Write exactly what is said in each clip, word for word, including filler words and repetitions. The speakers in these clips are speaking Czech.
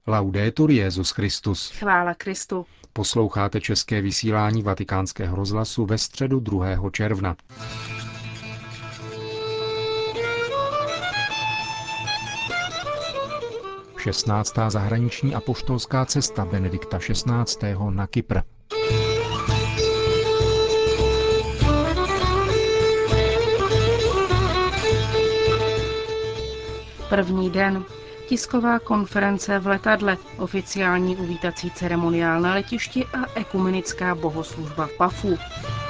Laudetur Jesus Christus. Chvála Kristu. Posloucháte české vysílání Vatikánského rozhlasu ve středu druhého června. šestnáctá zahraniční apoštolská cesta Benedikta šestnáctého. na Kypr. První den. Tisková konference v letadle, oficiální uvítací ceremoniál na letišti a ekumenická bohoslužba v Pafu.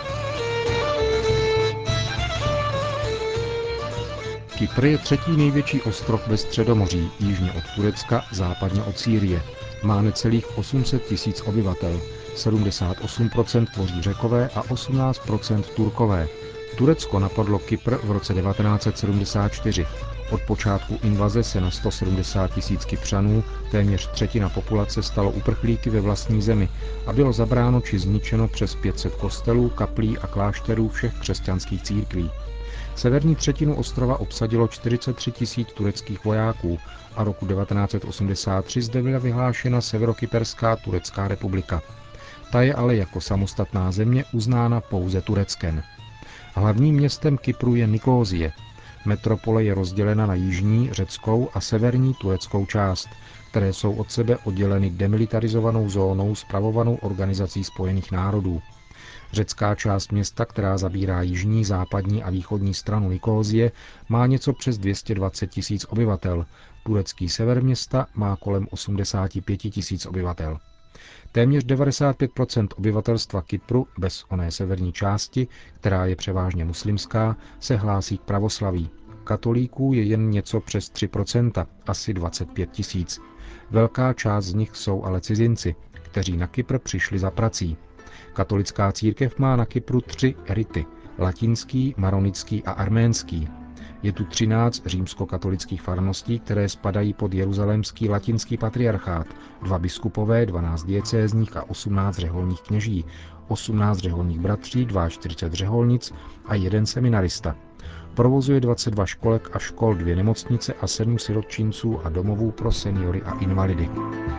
Kypr je třetí největší ostrov ve Středomoří, jižně od Turecka, západně od Sýrie. Má necelých osm set tisíc obyvatel, sedmdesát osm procent tvoří Řekové a osmnáct procent Turkové. Turecko napadlo Kypr v roce devatenáct set sedmdesát čtyři. Od počátku invaze se na sto sedmdesát tisíc Kypřanů, téměř třetina populace, stalo uprchlíky ve vlastní zemi a bylo zabráno či zničeno přes pět set kostelů, kaplí a klášterů všech křesťanských církví. Severní třetinu ostrova obsadilo čtyřicet tři tisíc tureckých vojáků a roku devatenáct set osmdesát tři zde byla vyhlášena Severokyperská turecká republika. Ta je ale jako samostatná země uznána pouze Tureckem. Hlavním městem Kypru je Nikózie. Metropole je rozdělena na jižní, řeckou a severní tureckou část, které jsou od sebe odděleny demilitarizovanou zónou spravovanou Organizací spojených národů. Řecká část města, která zabírá jižní, západní a východní stranu Nikózie, má něco přes dvě stě dvacet tisíc obyvatel. Turecký sever města má kolem osmdesát pět tisíc obyvatel. Téměř devadesát pět procent obyvatelstva Kypru, bez oné severní části, která je převážně muslimská, se hlásí k pravoslaví. Katolíků je jen něco přes tři procenta, asi dvacet pět tisíc. Velká část z nich jsou ale cizinci, kteří na Kypr přišli za prací. Katolická církev má na Kypru tři rity – latinský, maronický a arménský. Je tu třináct římskokatolických farností, které spadají pod jeruzalémský latinský patriarchát, dva biskupové, dvanáct diecézních a osmnáct řeholních kněží, osmnáct řeholních bratří, čtyřicet dva řeholnic a jeden seminarista. Provozuje dvacet dva školek a škol, dvě nemocnice a sedm sirotčinců a domovů pro seniory a invalidy.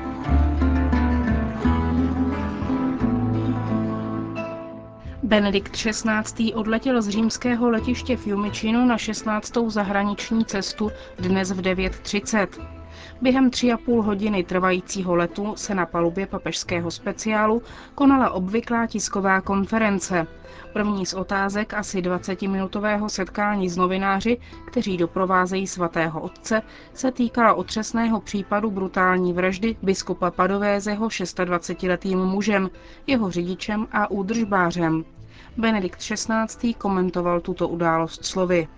Benedikt šestnáctý. odletěl z římského letiště Fiumicino na šestnáctou zahraniční cestu dnes v devět třicet. Během tři a půl hodiny trvajícího letu se na palubě papežského speciálu konala obvyklá tisková konference. První z otázek asi dvacetiminutového setkání s novináři, kteří doprovázejí svatého otce, se týkala otřesného případu brutální vraždy biskupa Padovézeho dvacetišestiletým mužem, jeho řidičem a údržbářem. Benedikt šestnáctý. komentoval tuto událost slovy.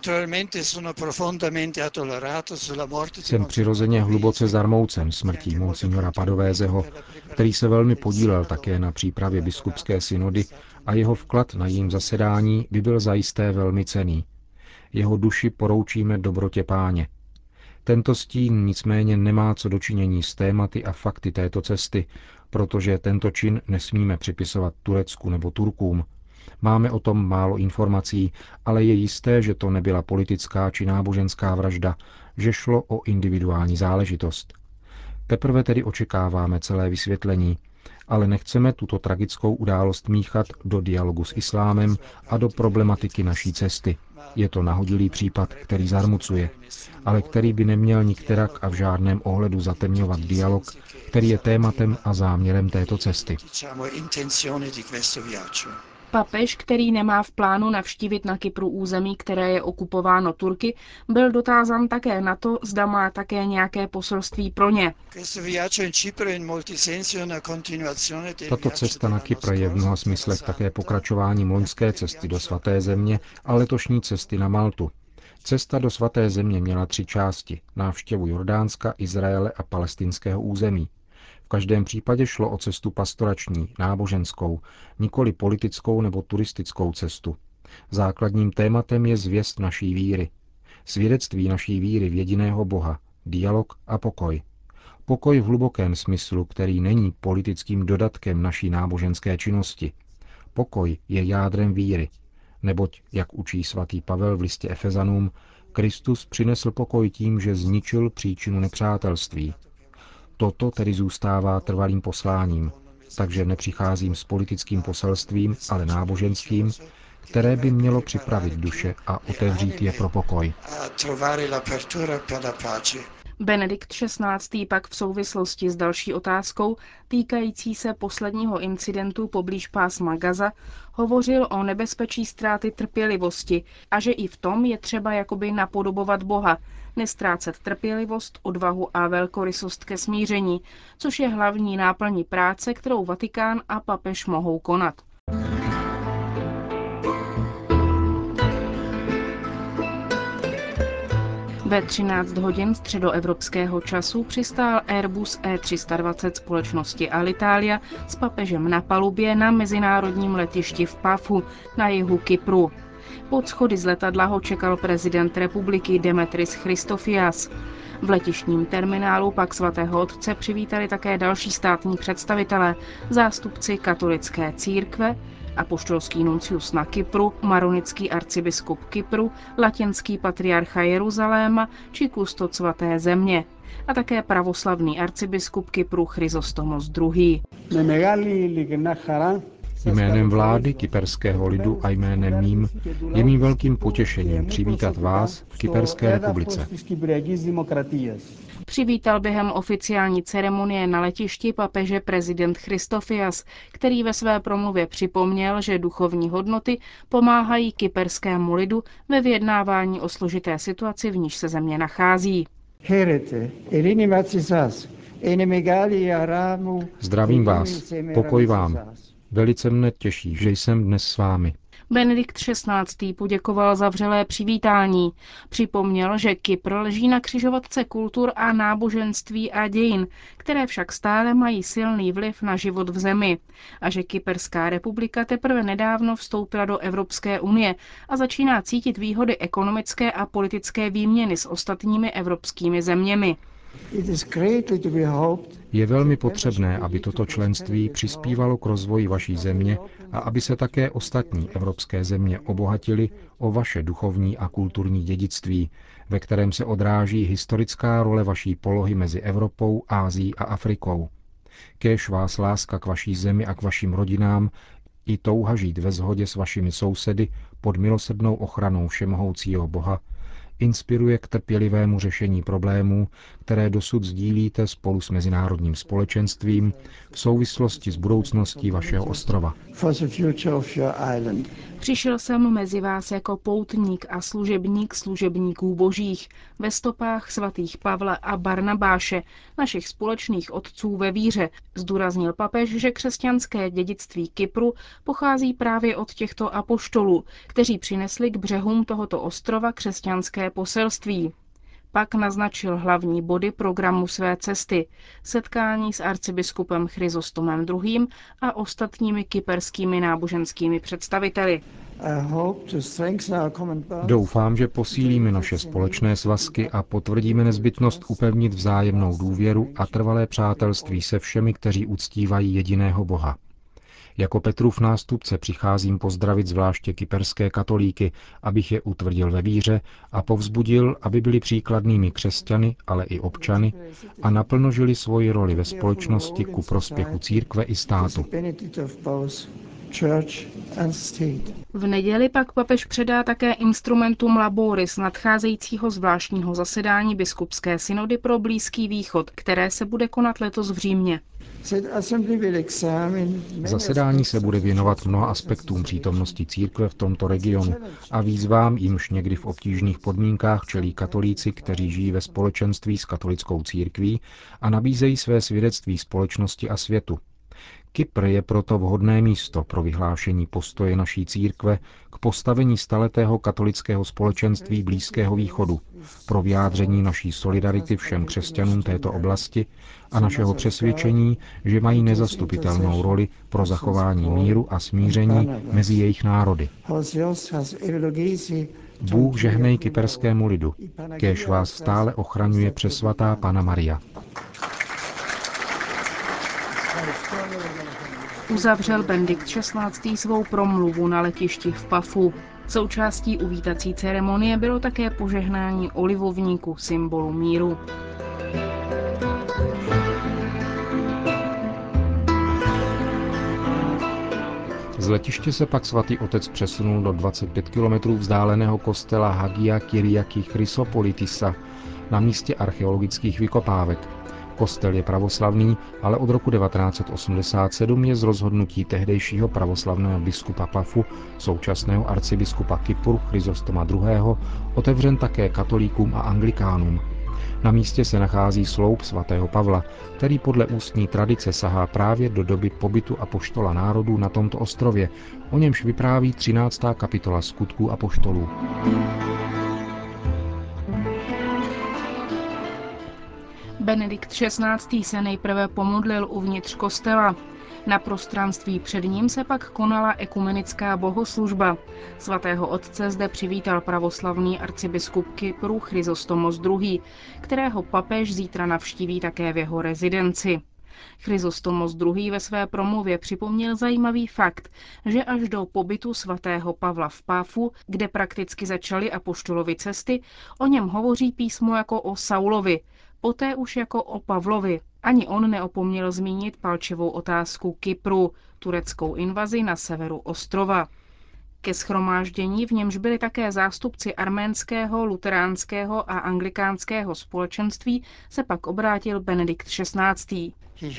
Jsem přirozeně hluboce zarmoucen smrtí monsignora Padovézeho, který se velmi podílel také na přípravě biskupské synody a jeho vklad na jejím zasedání by byl zajisté velmi cenný. Jeho duši poroučíme dobrotě Páně. Tento stín nicméně nemá co dočinění s tématy a fakty této cesty, protože tento čin nesmíme připisovat Turecku nebo Turkům. Máme o tom málo informací, ale je jisté, že to nebyla politická či náboženská vražda, že šlo o individuální záležitost. Teprve tedy očekáváme celé vysvětlení, ale nechceme tuto tragickou událost míchat do dialogu s islámem a do problematiky naší cesty. Je to nahodilý případ, který zarmucuje, ale který by neměl nikterak a v žádném ohledu zatemňovat dialog, který je tématem a záměrem této cesty. Papež, který nemá v plánu navštívit na Kypru území, které je okupováno Turky, byl dotázán také na to, zda má také nějaké poselství pro ně. Tato cesta na Kypr je v mnoha smyslech také pokračováním loňské cesty do svaté země a letošní cesty na Maltu. Cesta do svaté země měla tři části – návštěvu Jordánska, Izraele a palestinského území. V každém případě šlo o cestu pastorační, náboženskou, nikoli politickou nebo turistickou cestu. Základním tématem je zvěst naší víry. Svědectví naší víry v jediného Boha, dialog a pokoj. Pokoj v hlubokém smyslu, který není politickým dodatkem naší náboženské činnosti. Pokoj je jádrem víry, neboť, jak učí svatý Pavel v listě Efezanům, Kristus přinesl pokoj tím, že zničil příčinu nepřátelství. Toto tedy zůstává trvalým posláním, takže nepřicházím s politickým poselstvím, ale náboženským, které by mělo připravit duše a otevřít je pro pokoj. Benedikt šestnáctý pak v souvislosti s další otázkou týkající se posledního incidentu poblíž pásma Gaza hovořil o nebezpečí ztráty trpělivosti a že i v tom je třeba jakoby napodobovat Boha, nestrácet trpělivost, odvahu a velkorysost ke smíření, což je hlavní náplní práce, kterou Vatikán a papež mohou konat. Ve třináct hodin středoevropského času přistál Airbus E tři sta dvacet společnosti Alitalia s papežem na palubě na mezinárodním letišti v Pafu na jihu Kypru. Pod schody z letadla ho čekal prezident republiky Demetris Christofias. V letištním terminálu pak svatého otce přivítali také další státní představitelé, zástupci katolické církve, apoštolský nuncius na Kypru, maronický arcibiskup Kypru, latinský patriarcha Jeruzaléma či kustod svaté země a také pravoslavný arcibiskup Kypru Chryzostomos druhý. Jménem vlády kyperského lidu a jménem mým je mým velkým potěšením přivítat vás v Kyperské republice. Přivítal během oficiální ceremonie na letišti papeže prezident Christofias, který ve své promluvě připomněl, že duchovní hodnoty pomáhají kyperskému lidu ve vyjednávání o složité situaci, v níž se země nachází. Zdravím vás, pokoj vám. Velice mne těší, že jsem dnes s vámi. Benedikt šestnáctý poděkoval za vřelé přivítání. Připomněl, že Kypr leží na křižovatce kultur a náboženství a dějin, které však stále mají silný vliv na život v zemi. A že Kyperská republika teprve nedávno vstoupila do Evropské unie a začíná cítit výhody ekonomické a politické výměny s ostatními evropskými zeměmi. Je velmi potřebné, aby toto členství přispívalo k rozvoji vaší země a aby se také ostatní evropské země obohatily o vaše duchovní a kulturní dědictví, ve kterém se odráží historická role vaší polohy mezi Evropou, Ázií a Afrikou. Kéž vás láska k vaší zemi a k vašim rodinám i touha žít ve shodě s vašimi sousedy pod milosrdnou ochranou všemohoucího Boha inspiruje k trpělivému řešení problémů, které dosud sdílíte spolu s mezinárodním společenstvím v souvislosti s budoucností vašeho ostrova. Přišel jsem mezi vás jako poutník a služebník služebníků božích ve stopách svatých Pavla a Barnabáše, našich společných otců ve víře, zdůraznil papež, že křesťanské dědictví Kypru pochází právě od těchto apoštolů, kteří přinesli k břehům tohoto ostrova křesťanské poselství. Pak naznačil hlavní body programu své cesty, setkání s arcibiskupem Chryzostomem druhým a ostatními kyperskými náboženskými představiteli. Doufám, že posílíme naše společné svazky a potvrdíme nezbytnost upevnit vzájemnou důvěru a trvalé přátelství se všemi, kteří uctívají jediného Boha. Jako Petrův nástupce přicházím pozdravit zvláště kyperské katolíky, abych je utvrdil ve víře a povzbudil, aby byli příkladnými křesťany, ale i občany a naplno žili svoji roli ve společnosti ku prospěchu církve i státu. V neděli pak papež předá také instrumentum laboris nadcházejícího zvláštního zasedání biskupské synody pro Blízký východ, které se bude konat letos v Římě. Zasedání se bude věnovat mnoha aspektům přítomnosti církve v tomto regionu a výzvám, jimž někdy v obtížných podmínkách čelí katolíci, kteří žijí ve společenství s katolickou církví a nabízejí své svědectví společnosti a světu. Kypr je proto vhodné místo pro vyhlášení postoje naší církve k postavení staletého katolického společenství Blízkého východu, pro vyjádření naší solidarity všem křesťanům této oblasti a našeho přesvědčení, že mají nezastupitelnou roli pro zachování míru a smíření mezi jejich národy. Bůh žehnej kyperskému lidu, kéž vás stále ochraňuje přesvatá Panna Maria. Uzavřel Benedikt šestnáctý svou promluvu na letišti v Pafu. Součástí uvítací ceremonie bylo také požehnání olivovníku, symbolu míru. letiště se pak svatý otec přesunul do dvacet pět kilometrů vzdáleného kostela Hagia Kyriaki Chrysopolitisa na místě archeologických vykopávek. Kostel je pravoslavný, ale od roku devatenáct osmdesát sedm je z rozhodnutí tehdejšího pravoslavného biskupa Pafu, současného arcibiskupa Kypru Chryzostoma druhého., otevřen také katolíkům a anglikánům. Na místě se nachází sloup svatého Pavla, který podle ústní tradice sahá právě do doby pobytu apoštola národů na tomto ostrově, o němž vypráví třináctá kapitola Skutků apoštolů. Benedikt šestnáctý. se nejprve pomodlil uvnitř kostela. Na prostranství před ním se pak konala ekumenická bohoslužba. Svatého otce zde přivítal pravoslavný arcibiskup Kypru Chryzostomos druhý., kterého papež zítra navštíví také v jeho rezidenci. Chryzostomos druhý. ve své promluvě připomněl zajímavý fakt, že až do pobytu svatého Pavla v Páfu, kde prakticky začaly apoštolovy cesty, o něm hovoří písmo jako o Saulovi, poté už jako o Pavlovi. Ani on neopomněl zmínit palčivou otázku Kypru, tureckou invazi na severu ostrova. Ke shromáždění, v němž byli také zástupci arménského, luteránského a anglikánského společenství, se pak obrátil Benedikt šestnáctý.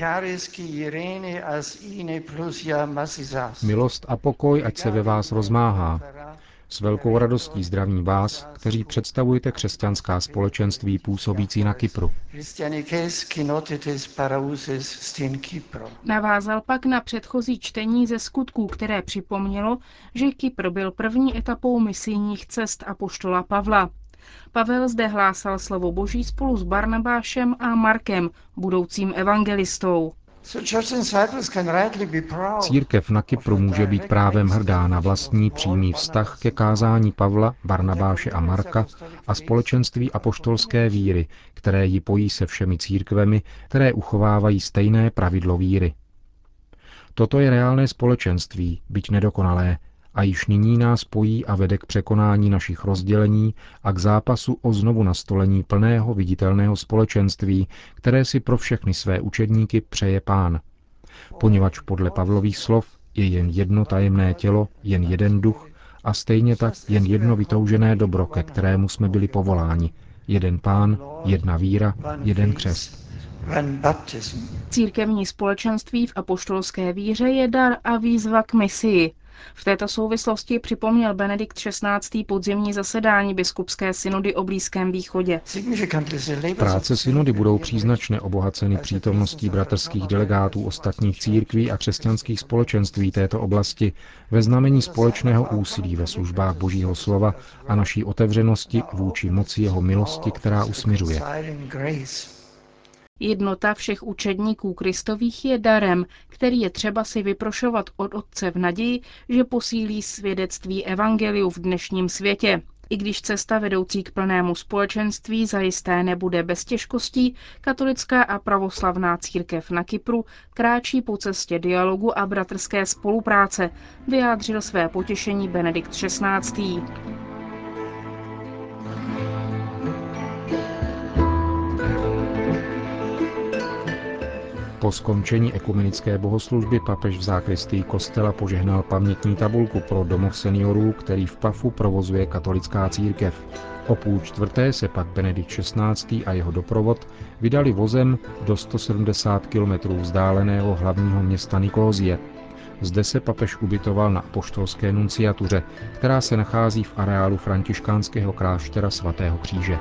Milost a pokoj, ať se ve vás rozmáhá. S velkou radostí zdravím vás, kteří představujete křesťanská společenství působící na Kypru. Navázal pak na předchozí čtení ze Skutků, které připomnělo, že Kypr byl první etapou misijních cest apoštola Pavla. Pavel zde hlásal slovo Boží spolu s Barnabášem a Markem, budoucím evangelistou. Církev na Kypru může být právem hrdá na vlastní přímý vztah ke kázání Pavla, Barnabáše a Marka a společenství apoštolské víry, které ji pojí se všemi církvemi, které uchovávají stejné pravidlo víry. Toto je reálné společenství, byť nedokonalé, a již nyní nás pojí a vede k překonání našich rozdělení a k zápasu o znovu nastolení plného viditelného společenství, které si pro všechny své učedníky přeje Pán. Poněvadž podle Pavlových slov je jen jedno tajemné tělo, jen jeden duch a stejně tak jen jedno vytoužené dobro, ke kterému jsme byli povoláni. Jeden Pán, jedna víra, jeden křest. Církevní společenství v apoštolské víře je dar a výzva k misii. V této souvislosti připomněl Benedikt šestnáctý. podzimní zasedání biskupské synody o Blízkém východě. Práce synody budou příznačně obohaceny přítomností bratrských delegátů ostatních církví a křesťanských společenství této oblasti ve znamení společného úsilí ve službách Božího slova a naší otevřenosti vůči moci jeho milosti, která usmiřuje. Jednota všech učedníků Kristových je darem, který je třeba si vyprošovat od Otce v naději, že posílí svědectví evangeliu v dnešním světě. I když cesta vedoucí k plnému společenství zajisté nebude bez těžkostí, katolická a pravoslavná církev na Kypru kráčí po cestě dialogu a bratrské spolupráce, vyjádřil své potěšení Benedikt šestnáctý. Po skončení ekumenické bohoslužby papež v zákristii kostela požehnal pamětní tabulku pro domov seniorů, který v Pafu provozuje katolická církev. O půl čtvrté se pak Benedikt šestnáctý. a jeho doprovod vydali vozem do sto sedmdesát kilometrů vzdáleného hlavního města Nikózie. Zde se papež ubytoval na apoštolské nunciatuře, která se nachází v areálu františkánského kláštera svatého Kříže.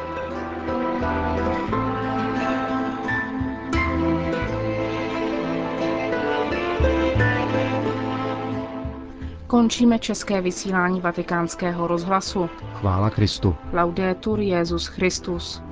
Končíme české vysílání Vatikánského rozhlasu. Chvála Kristu. Laudetur Jesus Christus.